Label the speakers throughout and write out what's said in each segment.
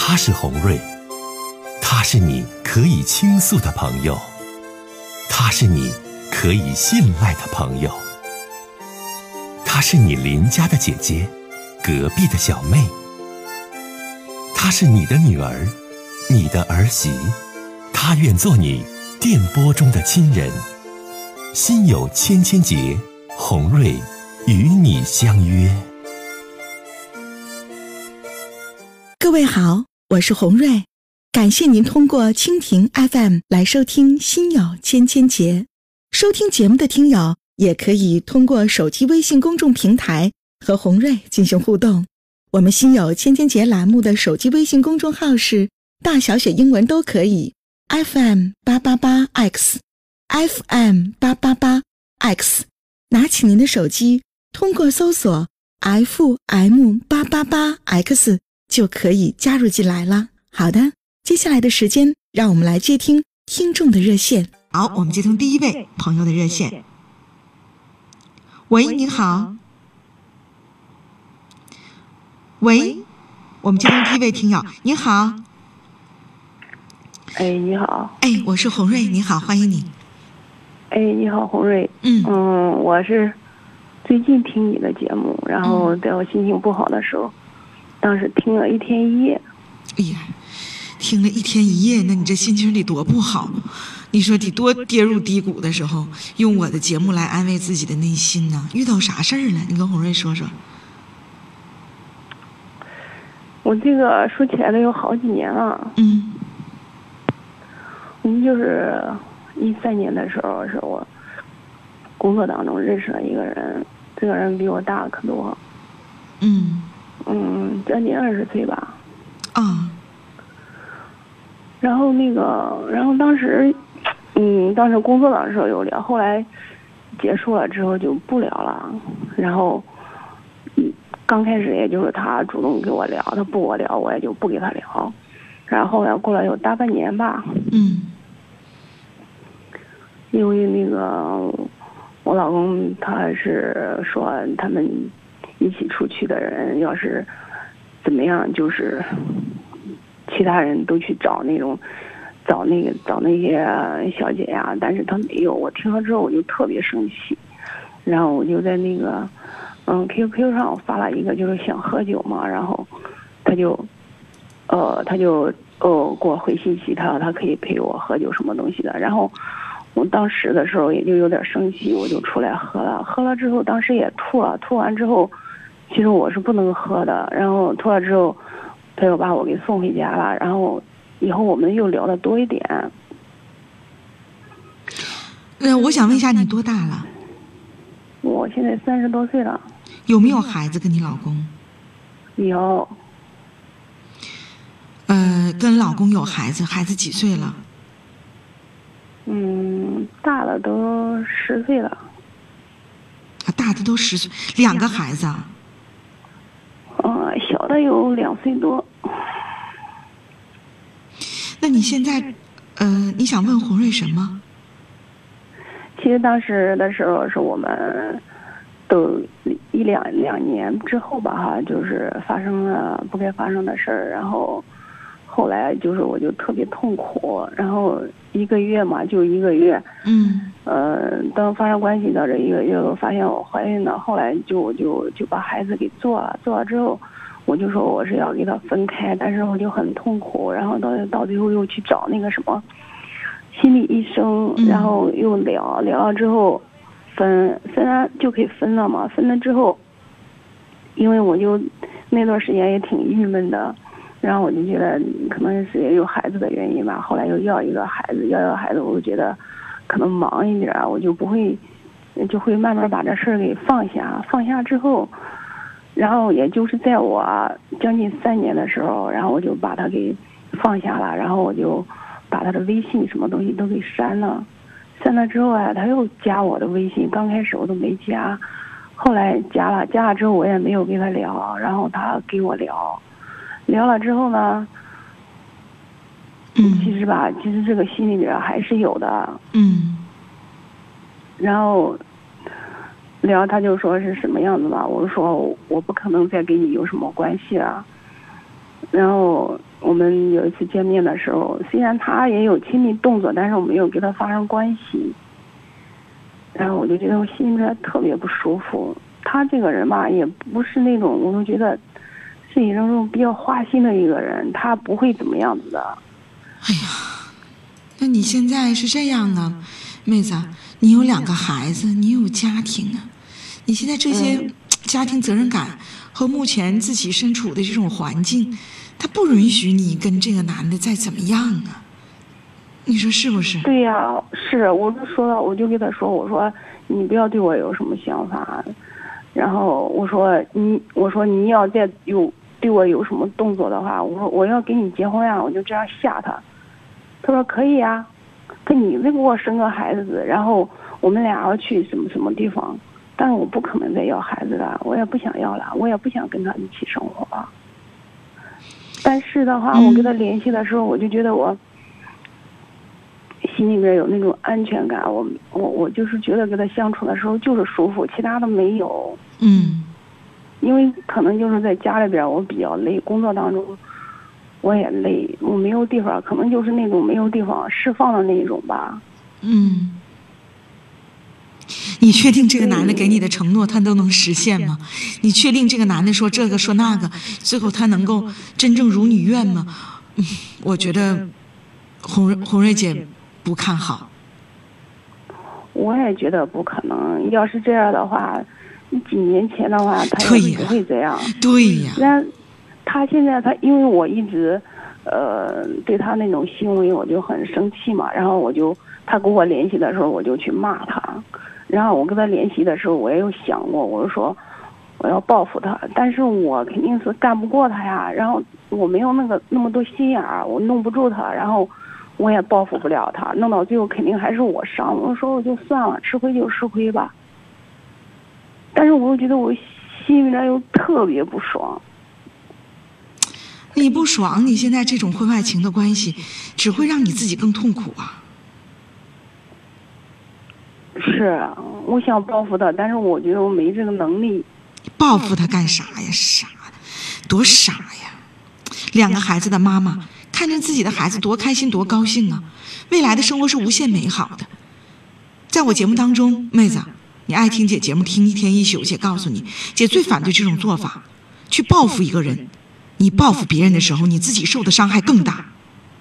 Speaker 1: 他是洪瑞，他是你可以倾诉的朋友，他是你可以信赖的朋友，她是你邻家的姐姐，隔壁的小妹，她是你的女儿，你的儿媳，她愿做你电波中的亲人。心有千千结，洪瑞与你相约。
Speaker 2: 各位好，我是洪瑞，感谢您通过蜻蜓 FM 来收听心有千千结。收听节目的听友也可以通过手机微信公众平台和洪瑞进行互动。我们心有千千结栏目的手机微信公众号是大小写英文都可以 FM888X FM888X， 拿起您的手机，通过搜索 FM888X 就可以加入进来了。好的，接下来的时间让我们来接听听众的热线。
Speaker 3: 好，我们接通第一位朋友的热线。喂，您好。喂，我们接通第一位听友。您好。
Speaker 4: 哎，你好。
Speaker 3: 哎，我是洪瑞，你好，欢迎你。
Speaker 4: 哎，你好，洪瑞。我是最近听你的节目，然后在我心情不好的时候，当时听了一天一夜。
Speaker 3: 哎呀，听了一天一夜，那你这心情得多不好。你说得多跌入低谷的时候，用我的节目来安慰自己的内心呢？遇到啥事儿了？你跟洪瑞说说。
Speaker 4: 我这个说起来都有好几年了。我们就是13年的时候，是我工作当中认识了一个人，这个人比我大可多。将近20岁吧。然后当时工作的时候有聊，后来结束了之后就不聊了。然后刚开始也就是他主动给我聊，他不我聊我也就不给他聊。然后后来过了有大半年吧。因为我老公他是说他们一起出去的人要是怎么样，就是其他人都去找那些小姐呀，但是他没有。我听了之后我就特别生气，然后我就在QQ 上发了一个就是想喝酒嘛，然后他就给我回信息，他可以陪我喝酒什么东西的。然后我当时的时候也就有点生气，我就出来喝了之后当时也吐了，吐完之后其实我是不能喝的，然后吐了之后他又把我给送回家了，然后以后我们又聊得多一点。
Speaker 3: 我想问一下你多大了？
Speaker 4: 我现在30多岁了。
Speaker 3: 有没有孩子跟你老公？
Speaker 4: 有。
Speaker 3: 跟老公有孩子，孩子几岁了？
Speaker 4: 大了都10岁了。
Speaker 3: 大的都10岁，2个孩子啊？
Speaker 4: 小的有2岁多。
Speaker 3: 那你现在，你想问洪瑞什么？
Speaker 4: 其实当时的时候是我们都2年之后吧，哈，就是发生了不该发生的事儿，然后后来就是我就特别痛苦，然后1个月嘛，就1个月。当发生关系到这1个月，我发现我怀孕了，后来我就把孩子给做了之后，我就说我是要给他分开，但是我就很痛苦，然后到最后又去找那个什么心理医生，然后又聊了之后分了就可以分了嘛，分了之后，因为我就那段时间也挺郁闷的，然后我就觉得可能是也有孩子的原因吧，后来又要一个孩子，要孩子我就觉得可能忙一点，我就会慢慢把这事儿给放下之后，然后也就是在我将近3年的时候，然后我就把他给放下了，然后我就把他的微信什么东西都给删了之后他又加我的微信，刚开始我都没加，后来加了之后我也没有跟他聊，然后他给我聊了之后呢，其实这个心里边还是有的。然后聊他就说是什么样子吧，我说我不可能再跟你有什么关系了。 然后我们有一次见面的时候，虽然他也有亲密动作，但是我没有跟他发生关系。然后我就觉得我心里面特别不舒服。他这个人吧，也不是那种我都觉得是一种比较花心的一个人，他不会怎么样子的。
Speaker 3: 哎呀，那你现在是这样啊，妹子，你有2个孩子，你有家庭啊，你现在这些家庭责任感和目前自己身处的这种环境，他不允许你跟这个男的再怎么样啊，你说是不是？
Speaker 4: 对呀，是，我就说了，我就跟他说，我说你不要对我有什么想法，然后我说你要再对我有什么动作的话，我说我要跟你结婚呀，我就这样吓他。他说可以呀，跟你再给我生个孩子，然后我们俩要去什么什么地方，但是我不可能再要孩子了，我也不想要了，我也不想跟他一起生活。但是的话，我跟他联系的时候，我就觉得我心里面有那种安全感，我就是觉得跟他相处的时候就是舒服，其他的没有。因为可能就是在家里边我比较累，工作当中我也累，我没有地方，可能就是那种没有地方释放的那种吧。
Speaker 3: 你确定这个男的给你的承诺他都能实现吗？你确定这个男的说这个说那个，最后他能够真正如你愿吗？我觉得红瑞姐不看好。
Speaker 4: 我也觉得不可能，要是这样的话，几年前的话他也不会这样。
Speaker 3: 对呀。
Speaker 4: 那他现在因为我一直对他那种行为我就很生气嘛，然后他跟我联系的时候我就去骂他，然后我跟他联系的时候我也有想过，我就说我要报复他，但是我肯定是干不过他呀，然后我没有那么多心眼儿，我弄不住他，然后我也报复不了他，弄到最后肯定还是我伤，我说我就算了，吃亏就吃亏吧。但是我觉得我心里面又特别不爽。
Speaker 3: 你不爽，你现在这种婚外情的关系只会让你自己更痛苦啊。
Speaker 4: 是，我想报复他，但是我觉得我没这个能力。
Speaker 3: 报复他干啥呀？傻，多傻呀！2个孩子的妈妈看着自己的孩子多开心多高兴啊，未来的生活是无限美好的。在我节目当中，妹子，你爱听姐节目听一天一宿，姐告诉你，姐最反对这种做法，去报复一个人。你报复别人的时候，你自己受的伤害更大。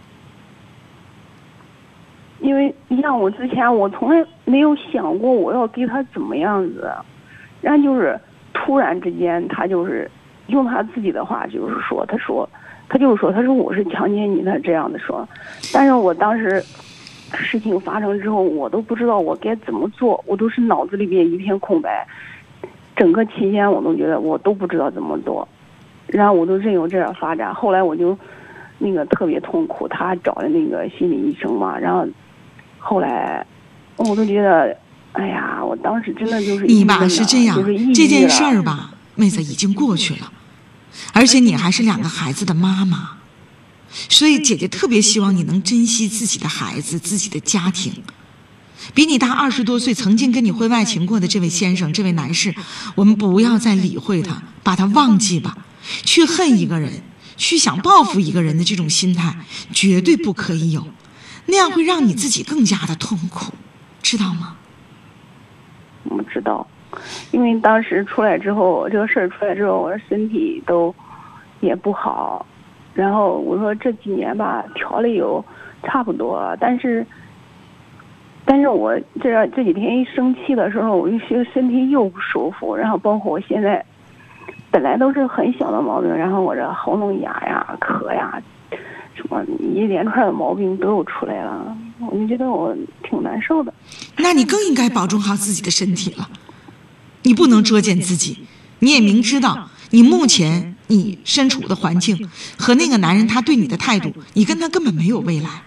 Speaker 4: 因为你像我之前，我从来没有想过我要给他怎么样子，然后就是突然之间，他就是用他自己的话，就是说，他说我是强奸你，他这样的说。但是我当时事情发生之后，我都不知道我该怎么做，我都是脑子里边一片空白，整个期间我都觉得我都不知道怎么做。然后我都任由这样发展，后来我就特别痛苦，他找的那个心理医生嘛，然后后来我都觉得，哎呀，我当时真的就是
Speaker 3: 你吧是这样，这件事儿
Speaker 4: 吧，
Speaker 3: 妹子已经过去了，而且你还是2个孩子的妈妈，所以姐姐特别希望你能珍惜自己的孩子、自己的家庭。比你大20多岁，曾经跟你婚外情过的这位先生、这位男士，我们不要再理会他，把他忘记吧。去恨一个人，去想报复一个人的这种心态，绝对不可以有，那样会让你自己更加的痛苦，知道吗？
Speaker 4: 我知道，因为当时出来之后，这个事儿出来之后，我的身体都也不好，然后我说这几年吧，调理有差不多，但是我这几天一生气的时候，我就觉得身体又不舒服，然后包括我现在本来都是很小的毛病，然后我这喉咙哑呀、咳呀，什么一连串的毛病都有出来了，我就觉得我挺难受的。
Speaker 3: 那你更应该保重好自己的身体了，你不能作践自己，你也明知道你目前你身处的环境和那个男人他对你的态度，你跟他根本没有未来。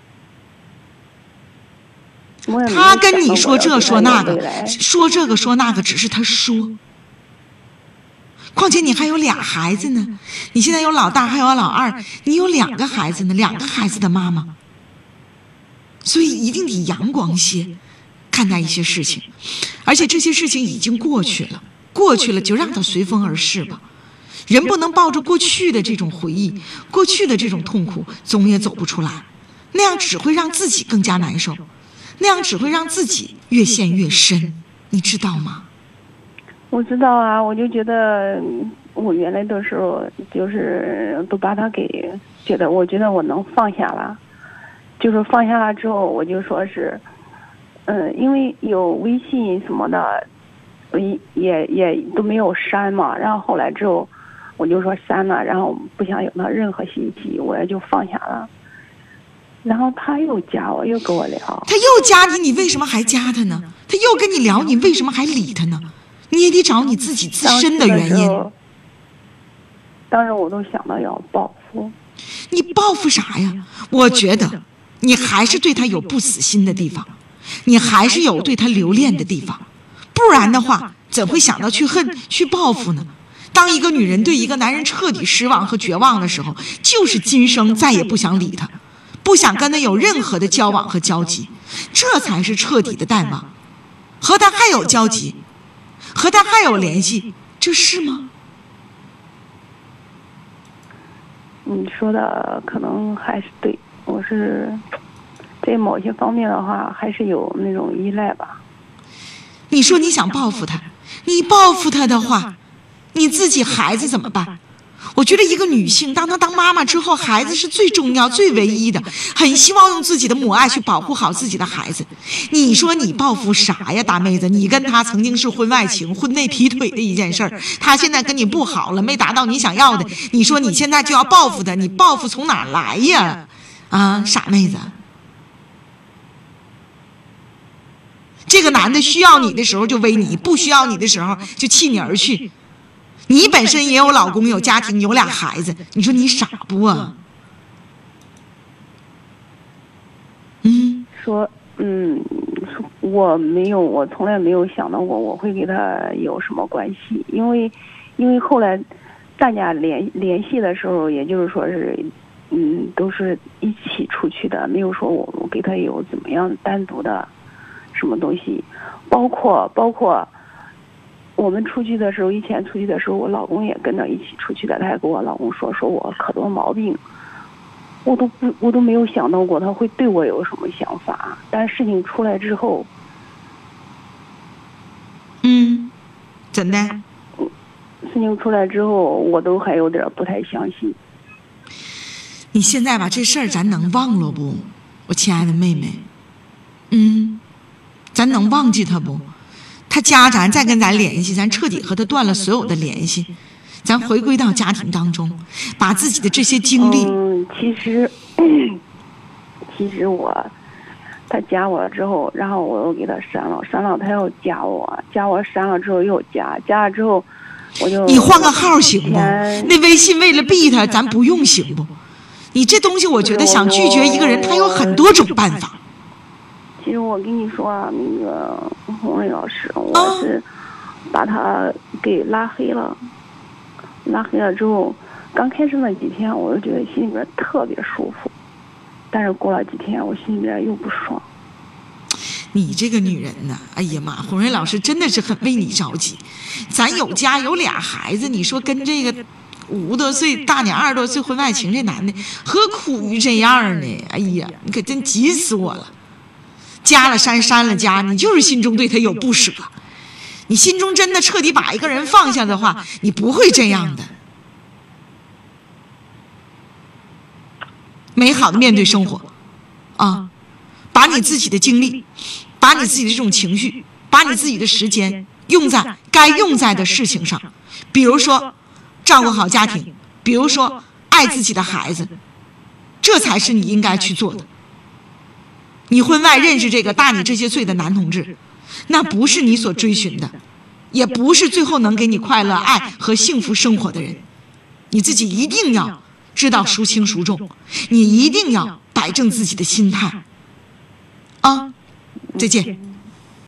Speaker 3: 他跟你说这说那个，说这个说那个，只是他说。况且你还有2孩子呢，你现在有老大还有老2，你有2个孩子呢，2个孩子的妈妈，所以一定得阳光些看待一些事情，而且这些事情已经过去了，过去了就让它随风而逝吧。 人不能抱着过去的这种回忆，过去的这种痛苦，总也走不出来，那样只会让自己更加难受，那样只会让自己越陷越深，你知道吗？
Speaker 4: 我知道啊，我就觉得我原来的时候就是都把他给觉得，我觉得我能放下了，就是放下了之后，我就说是，因为有微信什么的，也都没有删嘛，然后后来之后，我就说删了，然后不想有他任何信息，我也就放下了。然后他又加我，又跟我聊。
Speaker 3: 他又加你，你为什么还加他呢？他又跟你聊，你为什么还理他呢？你也得找你自己自身的原因。
Speaker 4: 当时我都想到要报复。
Speaker 3: 你报复啥呀？我觉得你还是对他有不死心的地方，你还是有对他留恋的地方，不然的话怎会想到去恨去报复呢？当一个女人对一个男人彻底失望和绝望的时候，就是今生再也不想理他，不想跟他有任何的交往和交集，这才是彻底的淡忘。和他还有交集，和他还有联系，这是吗？
Speaker 4: 你说的可能还是对，我是在某些方面的话还是有那种依赖吧。
Speaker 3: 你说你想报复他，你报复他的话，你自己孩子怎么办？我觉得一个女性当她当妈妈之后，孩子是最重要最唯一的，很希望用自己的母爱去保护好自己的孩子。你说你报复啥呀，大妹子？你跟他曾经是婚外情婚内劈腿的一件事儿，他现在跟你不好了，没达到你想要的，你说你现在就要报复他，你报复从哪儿来呀？啊，傻妹子，这个男的需要你的时候就威你，不需要你的时候就弃你而去。你本身也有老公有家庭有俩孩子，你说你傻不啊？
Speaker 4: 我没有，我从来没有想到过我会跟他有什么关系，因为后来大家联系的时候，也就是说是都是一起出去的，没有说我给他有怎么样单独的什么东西，包括我们出去的时候，以前出去的时候，我老公也跟着一起出去的，他还跟我老公说我可多毛病，我都没有想到过他会对我有什么想法，但事情出来之后，
Speaker 3: 怎的？
Speaker 4: 事情出来之后，我都还有点不太相信。
Speaker 3: 你现在把这事儿咱能忘了不？我亲爱的妹妹，咱能忘记他不？他加咱再跟咱联系，咱彻底和他断了所有的联系，咱回归到家庭当中，把自己的这些经历。
Speaker 4: 其实他加我了之后，然后我又给他删了，他又加我删了之后又加了之后，我就
Speaker 3: 你换个号行不？那微信为了避他，咱不用行不？你这东西，我觉得想拒绝一个人，他有很多种办法。
Speaker 4: 其实我跟你说啊，那个洪瑞老师，我是把他给拉黑了。拉黑了之后，刚开始那几天，我就觉得心里边特别舒服，但是过了几天，我心里边又不爽。
Speaker 3: 你这个女人呢，哎呀妈，洪瑞老师真的是很为你着急。咱有家有俩孩子，你说跟这个50多岁大你20多岁婚外情这男的，何苦于这样呢？哎呀，你可真急死我了！加了删，删了加，你就是心中对他有不舍。你心中真的彻底把一个人放下的话，你不会这样的。美好的面对生活，把你自己的精力，把你自己的这种情绪，把你自己的时间用在该用在的事情上，比如说照顾好家庭，比如说爱自己的孩子，这才是你应该去做的。你婚外认识这个大你这些岁的男同志，那不是你所追寻的，也不是最后能给你快乐、爱和幸福生活的人。你自己一定要知道孰轻孰重，你一定要摆正自己的心态。再见。